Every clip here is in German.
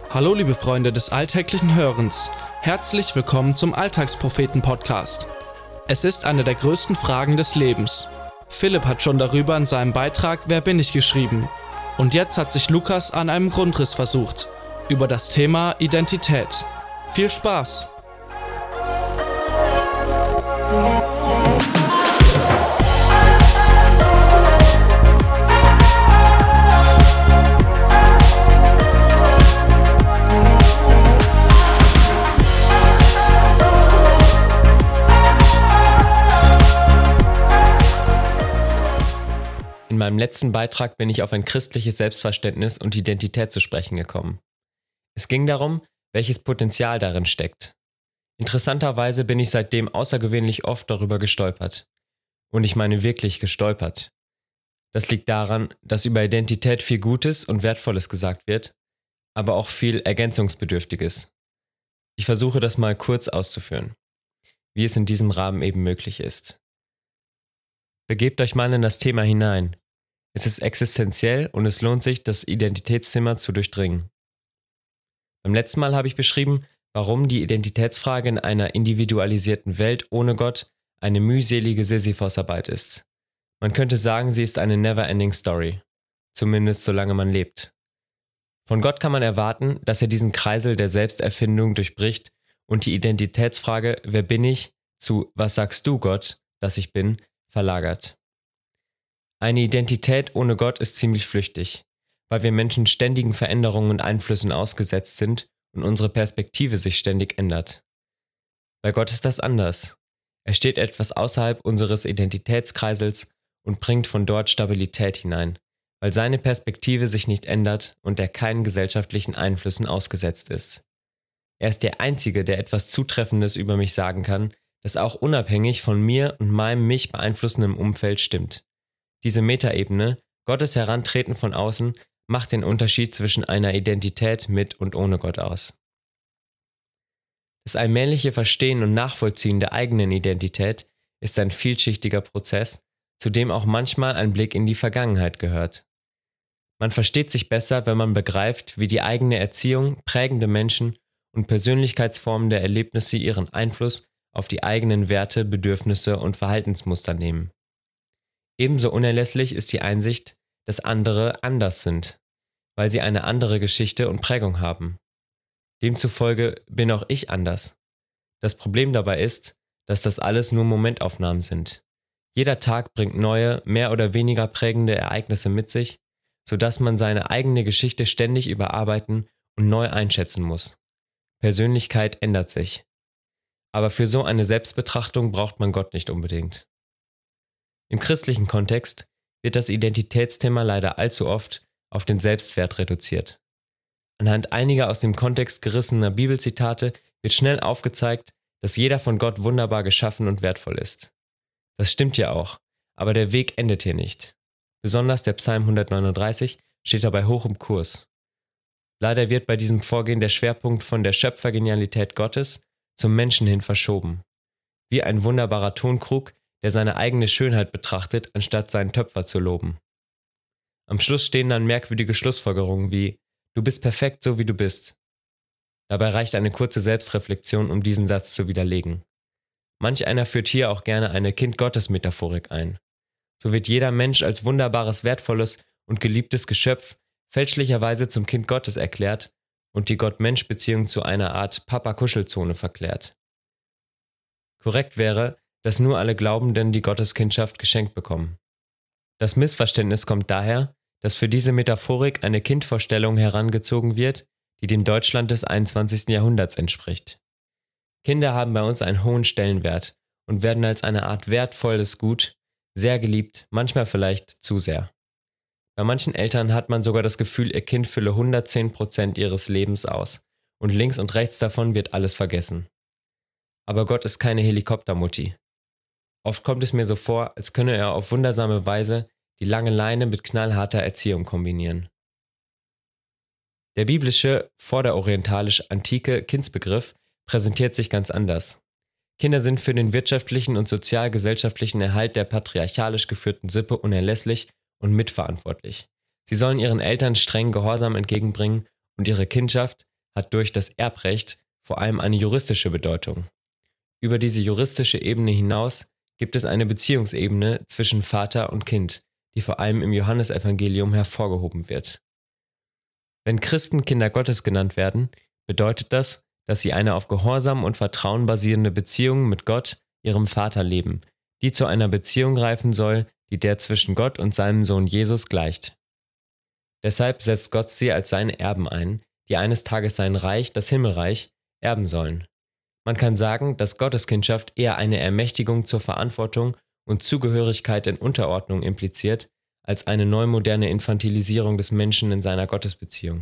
Hallo liebe Freunde des alltäglichen Hörens, herzlich willkommen zum Alltagspropheten-Podcast. Es ist eine der größten Fragen des Lebens. Philipp hat schon darüber in seinem Beitrag Wer bin ich geschrieben. Und jetzt hat sich Lukas an einem Grundriss versucht, über das Thema Identität. Viel Spaß! In meinem letzten Beitrag bin ich auf ein christliches Selbstverständnis und Identität zu sprechen gekommen. Es ging darum, welches Potenzial darin steckt. Interessanterweise bin ich seitdem außergewöhnlich oft darüber gestolpert. Und ich meine wirklich gestolpert. Das liegt daran, dass über Identität viel Gutes und Wertvolles gesagt wird, aber auch viel Ergänzungsbedürftiges. Ich versuche das mal kurz auszuführen, wie es in diesem Rahmen eben möglich ist. Begebt euch mal in das Thema hinein. Es ist existenziell und es lohnt sich, das Identitätsthema zu durchdringen. Beim letzten Mal habe ich beschrieben, warum die Identitätsfrage in einer individualisierten Welt ohne Gott eine mühselige Sisyphos-Arbeit ist. Man könnte sagen, sie ist eine never-ending Story. Zumindest solange man lebt. Von Gott kann man erwarten, dass er diesen Kreisel der Selbsterfindung durchbricht und die Identitätsfrage Wer bin ich zu Was sagst du Gott, dass ich bin, verlagert. Eine Identität ohne Gott ist ziemlich flüchtig, weil wir Menschen ständigen Veränderungen und Einflüssen ausgesetzt sind und unsere Perspektive sich ständig ändert. Bei Gott ist das anders. Er steht etwas außerhalb unseres Identitätskreisels und bringt von dort Stabilität hinein, weil seine Perspektive sich nicht ändert und er keinen gesellschaftlichen Einflüssen ausgesetzt ist. Er ist der Einzige, der etwas Zutreffendes über mich sagen kann, das auch unabhängig von mir und meinem mich beeinflussenden Umfeld stimmt. Diese Metaebene, Gottes Herantreten von außen, macht den Unterschied zwischen einer Identität mit und ohne Gott aus. Das allmähliche Verstehen und Nachvollziehen der eigenen Identität ist ein vielschichtiger Prozess, zu dem auch manchmal ein Blick in die Vergangenheit gehört. Man versteht sich besser, wenn man begreift, wie die eigene Erziehung, prägende Menschen und Persönlichkeitsformen der Erlebnisse ihren Einfluss auf die eigenen Werte, Bedürfnisse und Verhaltensmuster nehmen. Ebenso unerlässlich ist die Einsicht, dass andere anders sind, weil sie eine andere Geschichte und Prägung haben. Demzufolge bin auch ich anders. Das Problem dabei ist, dass das alles nur Momentaufnahmen sind. Jeder Tag bringt neue, mehr oder weniger prägende Ereignisse mit sich, sodass man seine eigene Geschichte ständig überarbeiten und neu einschätzen muss. Persönlichkeit ändert sich. Aber für so eine Selbstbetrachtung braucht man Gott nicht unbedingt. Im christlichen Kontext wird das Identitätsthema leider allzu oft auf den Selbstwert reduziert. Anhand einiger aus dem Kontext gerissener Bibelzitate wird schnell aufgezeigt, dass jeder von Gott wunderbar geschaffen und wertvoll ist. Das stimmt ja auch, aber der Weg endet hier nicht. Besonders der Psalm 139 steht dabei hoch im Kurs. Leider wird bei diesem Vorgehen der Schwerpunkt von der Schöpfergenialität Gottes zum Menschen hin verschoben. Wie ein wunderbarer Tonkrug, der seine eigene Schönheit betrachtet, anstatt seinen Töpfer zu loben. Am Schluss stehen dann merkwürdige Schlussfolgerungen wie Du bist perfekt, so wie du bist. Dabei reicht eine kurze Selbstreflexion, um diesen Satz zu widerlegen. Manch einer führt hier auch gerne eine Kind-Gottes-Metaphorik ein. So wird jeder Mensch als wunderbares, wertvolles und geliebtes Geschöpf fälschlicherweise zum Kind Gottes erklärt und die Gott-Mensch-Beziehung zu einer Art Papa-Kuschelzone verklärt. Korrekt wäre, dass nur alle Glaubenden die Gotteskindschaft geschenkt bekommen. Das Missverständnis kommt daher, dass für diese Metaphorik eine Kindvorstellung herangezogen wird, die dem Deutschland des 21. Jahrhunderts entspricht. Kinder haben bei uns einen hohen Stellenwert und werden als eine Art wertvolles Gut, sehr geliebt, manchmal vielleicht zu sehr. Bei manchen Eltern hat man sogar das Gefühl, ihr Kind fülle 110% ihres Lebens aus und links und rechts davon wird alles vergessen. Aber Gott ist keine Helikoptermutti. Oft kommt es mir so vor, als könne er auf wundersame Weise die lange Leine mit knallharter Erziehung kombinieren. Der biblische, vorderorientalisch-antike Kindsbegriff präsentiert sich ganz anders. Kinder sind für den wirtschaftlichen und sozial-gesellschaftlichen Erhalt der patriarchalisch geführten Sippe unerlässlich und mitverantwortlich. Sie sollen ihren Eltern streng Gehorsam entgegenbringen und ihre Kindschaft hat durch das Erbrecht vor allem eine juristische Bedeutung. Über diese juristische Ebene hinaus gibt es eine Beziehungsebene zwischen Vater und Kind, die vor allem im Johannesevangelium hervorgehoben wird. Wenn Christen Kinder Gottes genannt werden, bedeutet das, dass sie eine auf Gehorsam und Vertrauen basierende Beziehung mit Gott, ihrem Vater, leben, die zu einer Beziehung reifen soll, die der zwischen Gott und seinem Sohn Jesus gleicht. Deshalb setzt Gott sie als seine Erben ein, die eines Tages sein Reich, das Himmelreich, erben sollen. Man kann sagen, dass Gotteskindschaft eher eine Ermächtigung zur Verantwortung und Zugehörigkeit in Unterordnung impliziert, als eine neumoderne Infantilisierung des Menschen in seiner Gottesbeziehung.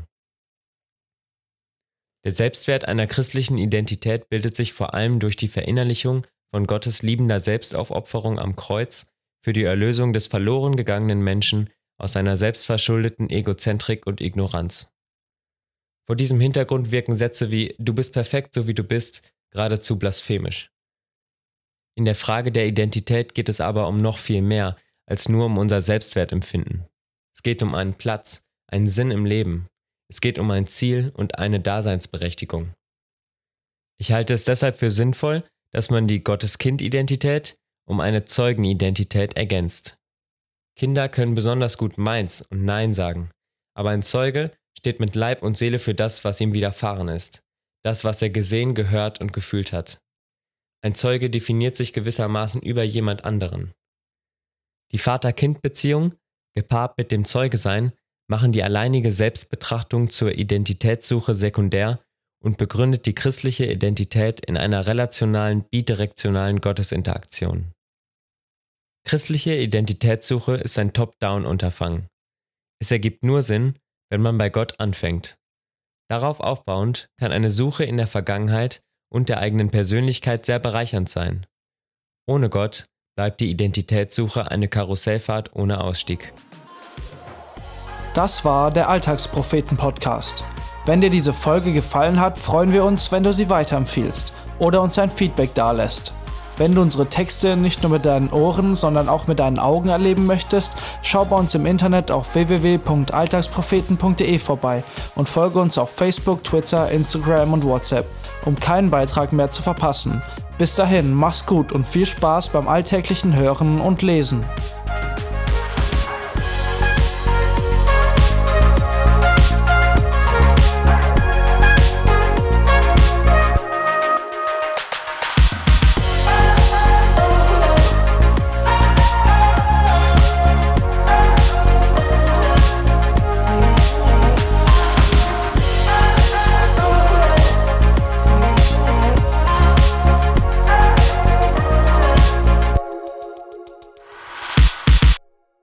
Der Selbstwert einer christlichen Identität bildet sich vor allem durch die Verinnerlichung von Gottes liebender Selbstaufopferung am Kreuz für die Erlösung des verloren gegangenen Menschen aus seiner selbstverschuldeten Egozentrik und Ignoranz. Vor diesem Hintergrund wirken Sätze wie „Du bist perfekt, so wie du bist“ geradezu blasphemisch. In der Frage der Identität geht es aber um noch viel mehr als nur um unser Selbstwertempfinden. Es geht um einen Platz, einen Sinn im Leben. Es geht um ein Ziel und eine Daseinsberechtigung. Ich halte es deshalb für sinnvoll, dass man die Gotteskind-Identität um eine Zeugenidentität ergänzt. Kinder können besonders gut Meins und Nein sagen, aber ein Zeuge steht mit Leib und Seele für das, was ihm widerfahren ist, das, was er gesehen, gehört und gefühlt hat. Ein Zeuge definiert sich gewissermaßen über jemand anderen. Die Vater-Kind-Beziehung, gepaart mit dem Zeugesein, machen die alleinige Selbstbetrachtung zur Identitätssuche sekundär und begründet die christliche Identität in einer relationalen, bidirektionalen Gottesinteraktion. Christliche Identitätssuche ist ein Top-Down-Unterfangen. Es ergibt nur Sinn, wenn man bei Gott anfängt. Darauf aufbauend kann eine Suche in der Vergangenheit und der eigenen Persönlichkeit sehr bereichernd sein. Ohne Gott bleibt die Identitätssuche eine Karussellfahrt ohne Ausstieg. Das war der Alltagspropheten-Podcast. Wenn dir diese Folge gefallen hat, freuen wir uns, wenn du sie weiterempfiehlst oder uns ein Feedback dalässt. Wenn du unsere Texte nicht nur mit deinen Ohren, sondern auch mit deinen Augen erleben möchtest, schau bei uns im Internet auf www.alltagspropheten.de vorbei und folge uns auf Facebook, Twitter, Instagram und WhatsApp, um keinen Beitrag mehr zu verpassen. Bis dahin, mach's gut und viel Spaß beim alltäglichen Hören und Lesen.